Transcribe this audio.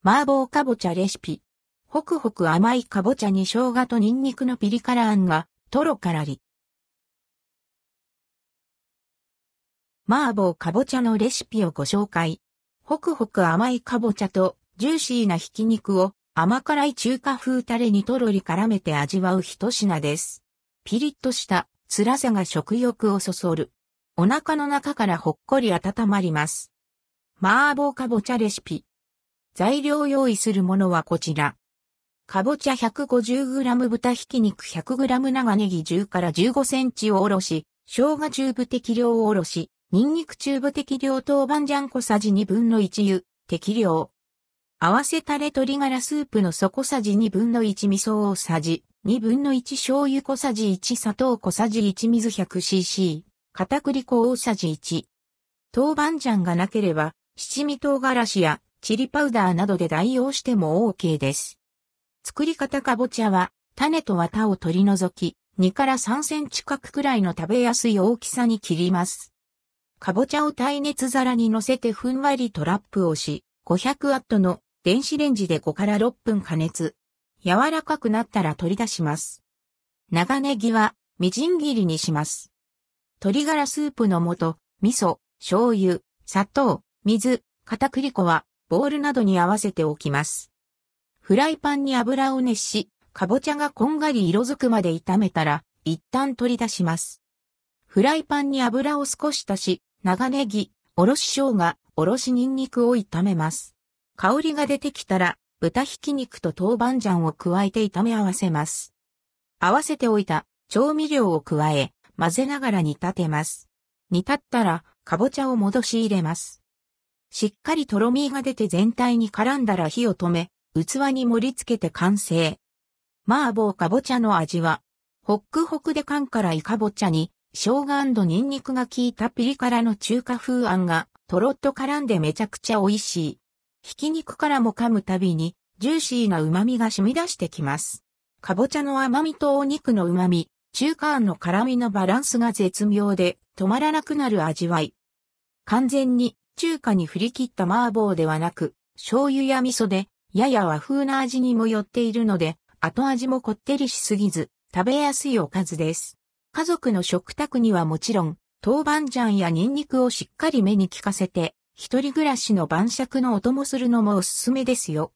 麻婆かぼちゃレシピ。ホクホク甘いかぼちゃに生姜とニンニクのピリ辛あんが、とろからり。麻婆かぼちゃのレシピをご紹介。ホクホク甘いかぼちゃとジューシーなひき肉を甘辛い中華風タレにとろり絡めて味わう一品です。ピリッとした辛さが食欲をそそる。お腹の中からほっこり温まります。麻婆かぼちゃレシピ。材料用意するものはこちら。かぼちゃ 150g 豚ひき肉 100g 長ネギ10から15センチをおろし、生姜中部適量をおろし、ニンニク中部適量豆板醤小さじ1/2湯、適量。合わせタレ鶏ガラスープの素小さじ1/2味噌大さじ1/2醤油小さじ1砂糖小さじ1水 100cc、片栗粉大さじ1。豆板醤がなければ七味唐辛子やチリパウダーなどで代用しても OK です。作り方かぼちゃは種と綿を取り除き、2から3センチ角くらいの食べやすい大きさに切ります。かぼちゃを耐熱皿に乗せてふんわりとラップをし、500ワットの電子レンジで5から6分加熱。柔らかくなったら取り出します。長ネギはみじん切りにします。鶏ガラスープの素、味噌、醤油、砂糖、水、片栗粉はボウルなどに合わせておきます。フライパンに油を熱し、かぼちゃがこんがり色づくまで炒めたら、一旦取り出します。フライパンに油を少し足し、長ネギ、おろし生姜、おろしニンニクを炒めます。香りが出てきたら、豚ひき肉と豆板醤を加えて炒め合わせます。合わせておいた調味料を加え、混ぜながら煮立てます。煮立ったら、かぼちゃを戻し入れます。しっかりとろみが出て全体に絡んだら火を止め、器に盛り付けて完成。麻婆かぼちゃの味は、ホックホクで甘辛いかぼちゃに、生姜&ニンニクが効いたピリ辛の中華風あんが、とろっと絡んでめちゃくちゃ美味しい。ひき肉からも噛むたびに、ジューシーな旨味が染み出してきます。かぼちゃの甘みとお肉の旨味、中華あんの辛みのバランスが絶妙で、止まらなくなる味わい。完全に、中華に振り切った麻婆ではなく、醤油や味噌で、やや和風な味にも寄っているので、後味もこってりしすぎず、食べやすいおかずです。家族の食卓にはもちろん、豆板醤やニンニクをしっかり目に効かせて、一人暮らしの晩酌のお供するのもおすすめですよ。